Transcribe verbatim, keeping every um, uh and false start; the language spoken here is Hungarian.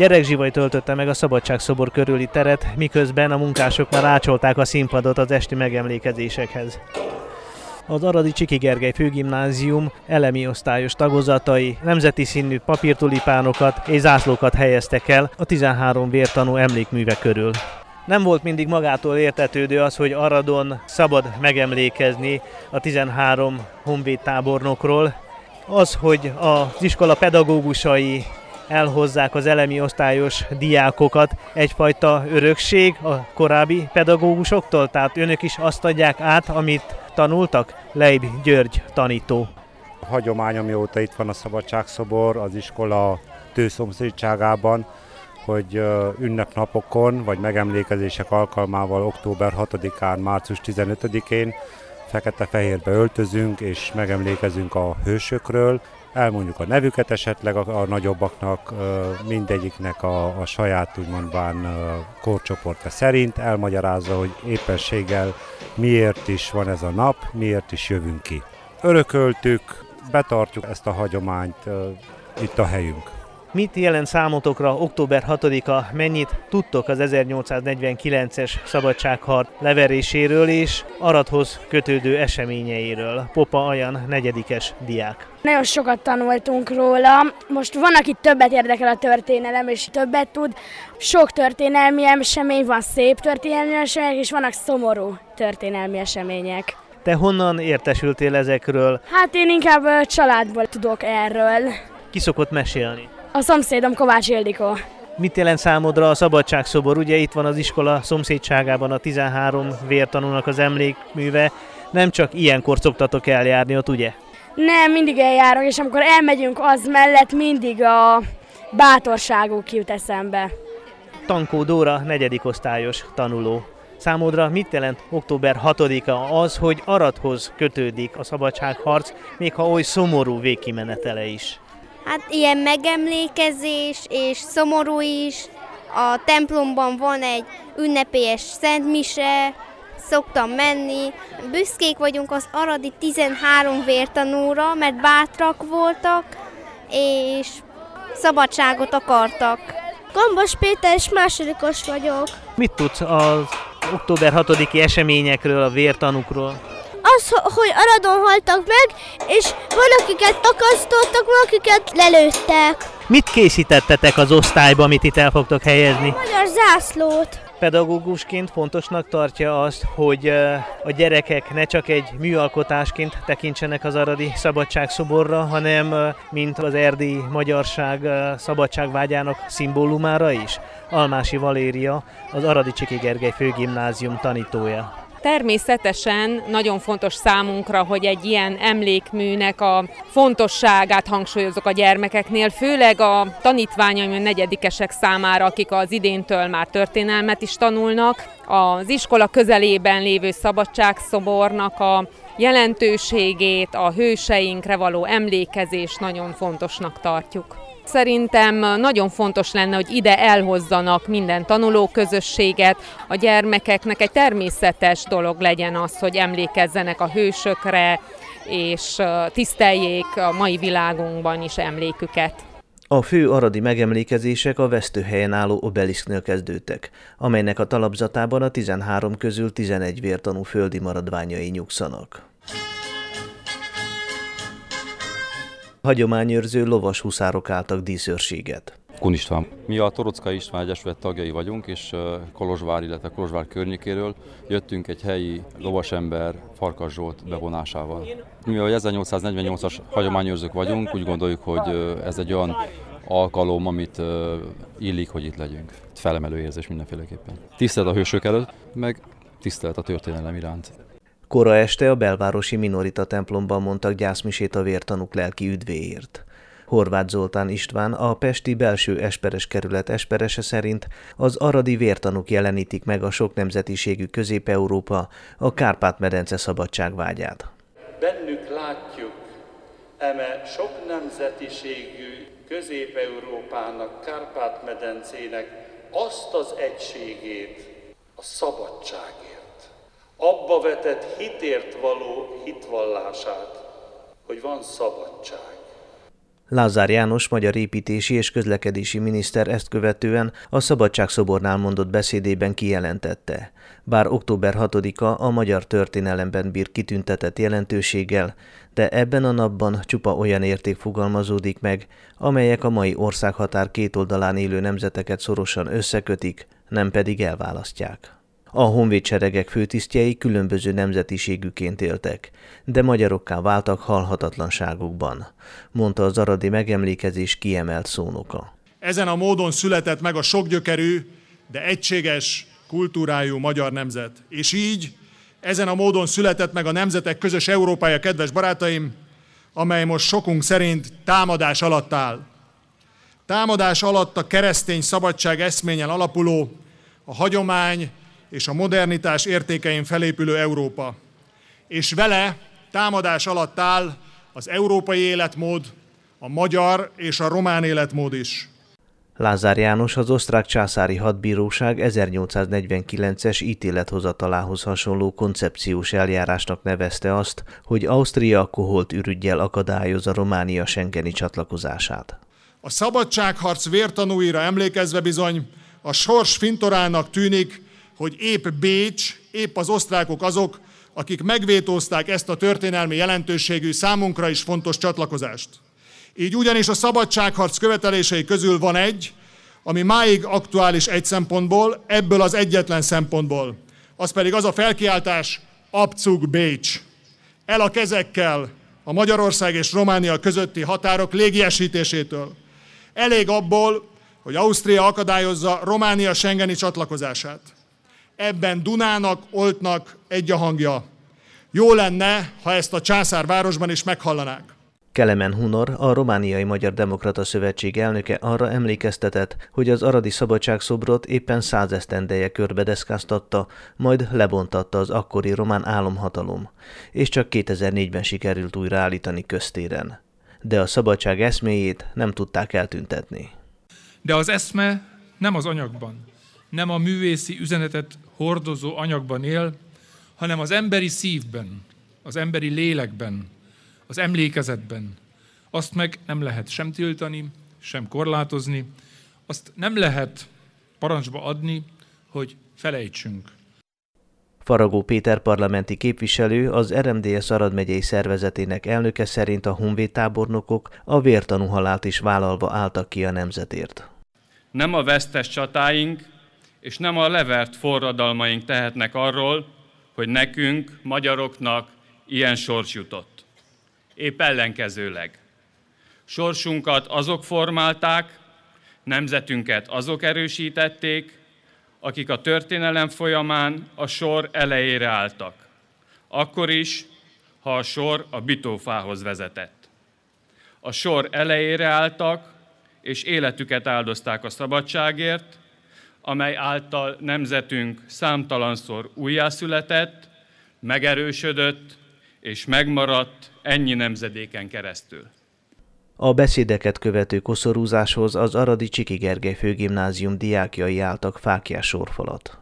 Gyerekzsivaj töltötte meg a Szabadságszobor körüli teret, miközben a munkások már ácsolták a színpadot az esti megemlékezésekhez. Az Aradi Csiki Gergely Főgimnázium elemi osztályos tagozatai nemzeti színű papírtulipánokat és zászlókat helyeztek el a tizenhárom vértanú emlékműve körül. Nem volt mindig magától értetődő az, hogy Aradon szabad megemlékezni a tizenhárom honvédtábornokról. Az, hogy az iskola pedagógusai elhozzák az elemi osztályos diákokat, egyfajta örökség a korábbi pedagógusoktól, tehát önök is azt adják át, amit tanultak? Leib György tanító. A hagyomány, amióta itt van a Szabadságszobor az iskola tőszomszédságában, hogy ünnepnapokon vagy megemlékezések alkalmával október hatodikán, március tizenötödikén fekete-fehérbe öltözünk és megemlékezünk a hősökről. Elmondjuk a nevüket esetleg a, a nagyobbaknak, mindegyiknek a, a saját úgymondván korcsoportja szerint, elmagyarázza, hogy éppenséggel miért is van ez a nap, miért is jövünk ki. Örököltük, betartjuk ezt a hagyományt, itt a helyünk. Mit jelent számotokra október hatodika, mennyit tudtok az ezernyolcszáznegyvenkilences szabadságharc leveréséről és Aradhoz kötődő eseményeiről? Popa Ajan, negyedikes diák. Nagyon sokat tanultunk róla, most van, aki többet érdekel a történelem és többet tud. Sok történelmi esemény van, szép történelmi események, és vannak szomorú történelmi események. Te honnan értesültél ezekről? Hát én inkább családból tudok erről. Ki szokott mesélni? A szomszédom Kovács Ildikó. Mit jelent számodra a Szabadságszobor? Ugye itt van az iskola szomszédságában a tizenhárom vértanúnak az emlékműve. Nem csak ilyenkor szoktatok eljárni ott, ugye? Nem, mindig eljárunk, és amikor elmegyünk az mellett, mindig a bátorságuk jut eszembe. Tankó Dóra, negyedik osztályos tanuló. Számodra mit jelent október hatodika az, hogy Aradhoz kötődik a szabadságharc, még ha oly szomorú végkimenetele is? Hát ilyen megemlékezés és szomorú is. A templomban van egy ünnepélyes szentmise, szoktam menni. Büszkék vagyunk az aradi tizenhárom vértanúra, mert bátrak voltak, és szabadságot akartak. Gombos Péter, és másodikos vagyok. Mit tudsz az október hatodiki eseményekről, a vértanúkról? Az, hogy Aradon haltak meg, és valakiket akasztottak, valakiket lelőttek. Mit készítettetek az osztályba, amit itt el fogtok helyezni? Magyar zászlót. Pedagógusként fontosnak tartja azt, hogy a gyerekek ne csak egy műalkotásként tekintsenek az aradi szabadságszoborra, hanem mint az erdélyi magyarság szabadságvágyának szimbólumára is. Almási Valéria, az Aradi Csiki Gergely Főgimnázium tanítója. Természetesen nagyon fontos számunkra, hogy egy ilyen emlékműnek a fontosságát hangsúlyozok a gyermekeknél, főleg a tanítványaim, a negyedikesek számára, akik az idéntől már történelmet is tanulnak. Az iskola közelében lévő szabadságszobornak a jelentőségét, a hőseinkre való emlékezést nagyon fontosnak tartjuk. Szerintem nagyon fontos lenne, hogy ide elhozzanak minden tanulóközösséget, a gyermekeknek egy természetes dolog legyen az, hogy emlékezzenek a hősökre, és tiszteljék a mai világunkban is emléküket. A fő aradi megemlékezések a vesztőhelyen álló obeliszknél kezdődtek, amelynek a talapzatában a tizenhárom közül tizenegy vértanú földi maradványai nyugszanak. Hagyományőrző lovas huszárok álltak díszőrséget. Kun István. Mi a Torockai István Egyesület tagjai vagyunk, és Kolozsvár, illetve Kolozsvár környékéről jöttünk egy helyi lovasember, Farkas Zsolt bevonásával. Mivel ezernyolcszáznegyvennyolcas hagyományőrzők vagyunk, úgy gondoljuk, hogy ez egy olyan alkalom, amit illik, hogy itt legyünk. Felemelő érzés mindenféleképpen. Tisztelet a hősök előtt, meg tisztelet a történelem iránt. Kora este a belvárosi Minorita templomban mondtak gyászmisét a vértanúk lelki üdvéért. Horváth Zoltán István, a pesti belső esperes kerület esperese szerint az aradi vértanúk jelenítik meg a sok nemzetiségű Közép-Európa, a Kárpát-medence szabadságvágyát. Bennük látjuk eme sok nemzetiségű Közép-Európának, Kárpát-medencének azt az egységét, a szabadságért. Abba vetett hitért való hitvallását, hogy van szabadság. Lázár János magyar építési és közlekedési miniszter ezt követően a Szabadságszobornál mondott beszédében kijelentette. Bár október hatodika a magyar történelemben bír kitüntetett jelentőséggel, de ebben a napban csupa olyan érték fogalmazódik meg, amelyek a mai országhatár két oldalán élő nemzeteket szorosan összekötik, nem pedig elválasztják. A honvédseregek főtisztjei különböző nemzetiségűként éltek, de magyarokká váltak halhatatlanságukban, mondta az aradi megemlékezés kiemelt szónoka. Ezen a módon született meg a sokgyökerű, de egységes kultúrájú magyar nemzet. És így ezen a módon született meg a nemzetek közös Európája, kedves barátaim, amely most sokunk szerint támadás alatt áll. Támadás alatt a keresztény szabadság eszményen alapuló, a hagyomány és a modernitás értékein felépülő Európa. És vele támadás alatt áll az európai életmód, a magyar és a román életmód is. Lázár János az osztrák császári hadbíróság ezernyolcszáznegyvenkilences ítélethozatalához hasonló koncepciós eljárásnak nevezte azt, hogy Ausztria koholt ürüggyel akadályozza Románia schengeni csatlakozását. A szabadságharc vértanúira emlékezve bizony a sors fintorának tűnik, hogy épp Bécs, épp az osztrákok azok, akik megvétózták ezt a történelmi jelentőségű, számunkra is fontos csatlakozást. Így ugyanis a szabadságharc követelései közül van egy, ami máig aktuális egy szempontból, ebből az egyetlen szempontból. Az pedig az a felkiáltás, Abzug Bécs. El a kezekkel a Magyarország és Románia közötti határok légiesítésétől. Elég abból, hogy Ausztria akadályozza Románia schengeni csatlakozását. Ebben Dunának, Oltnak egy a hangja. Jó lenne, ha ezt a császárvárosban is meghallanák. Kelemen Hunor, a Romániai Magyar Demokrata Szövetség elnöke arra emlékeztetett, hogy az aradi szabadságszobrot éppen száz esztendeje körbedeszkáztatta, majd lebontatta az akkori román államhatalom, és csak kétezer-négyben sikerült újraállítani köztéren. De a szabadság eszméjét nem tudták eltüntetni. De az eszme nem az anyagban, nem a művészi üzenetet hordozó anyagban él, hanem az emberi szívben, az emberi lélekben, az emlékezetben. Azt meg nem lehet sem tiltani, sem korlátozni, azt nem lehet parancsba adni, hogy felejtsünk. Faragó Péter parlamenti képviselő, az er em dé es Arad megyei szervezetének elnöke szerint a honvédtábornokok a vértanú halált is vállalva álltak ki a nemzetért. Nem a vesztes csatáink és nem a levert forradalmaink tehetnek arról, hogy nekünk, magyaroknak ilyen sors jutott. Épp ellenkezőleg. Sorsunkat azok formálták, nemzetünket azok erősítették, akik a történelem folyamán a sor elejére álltak. Akkor is, ha a sor a bitófához vezetett. A sor elejére álltak, és életüket áldozták a szabadságért, amely által nemzetünk számtalanszor újjászületett, megerősödött és megmaradt ennyi nemzedéken keresztül. A beszédeket követő koszorúzáshoz az aradi Csiki Gergely Főgimnázium diákjai álltak fáklyás sorfalat.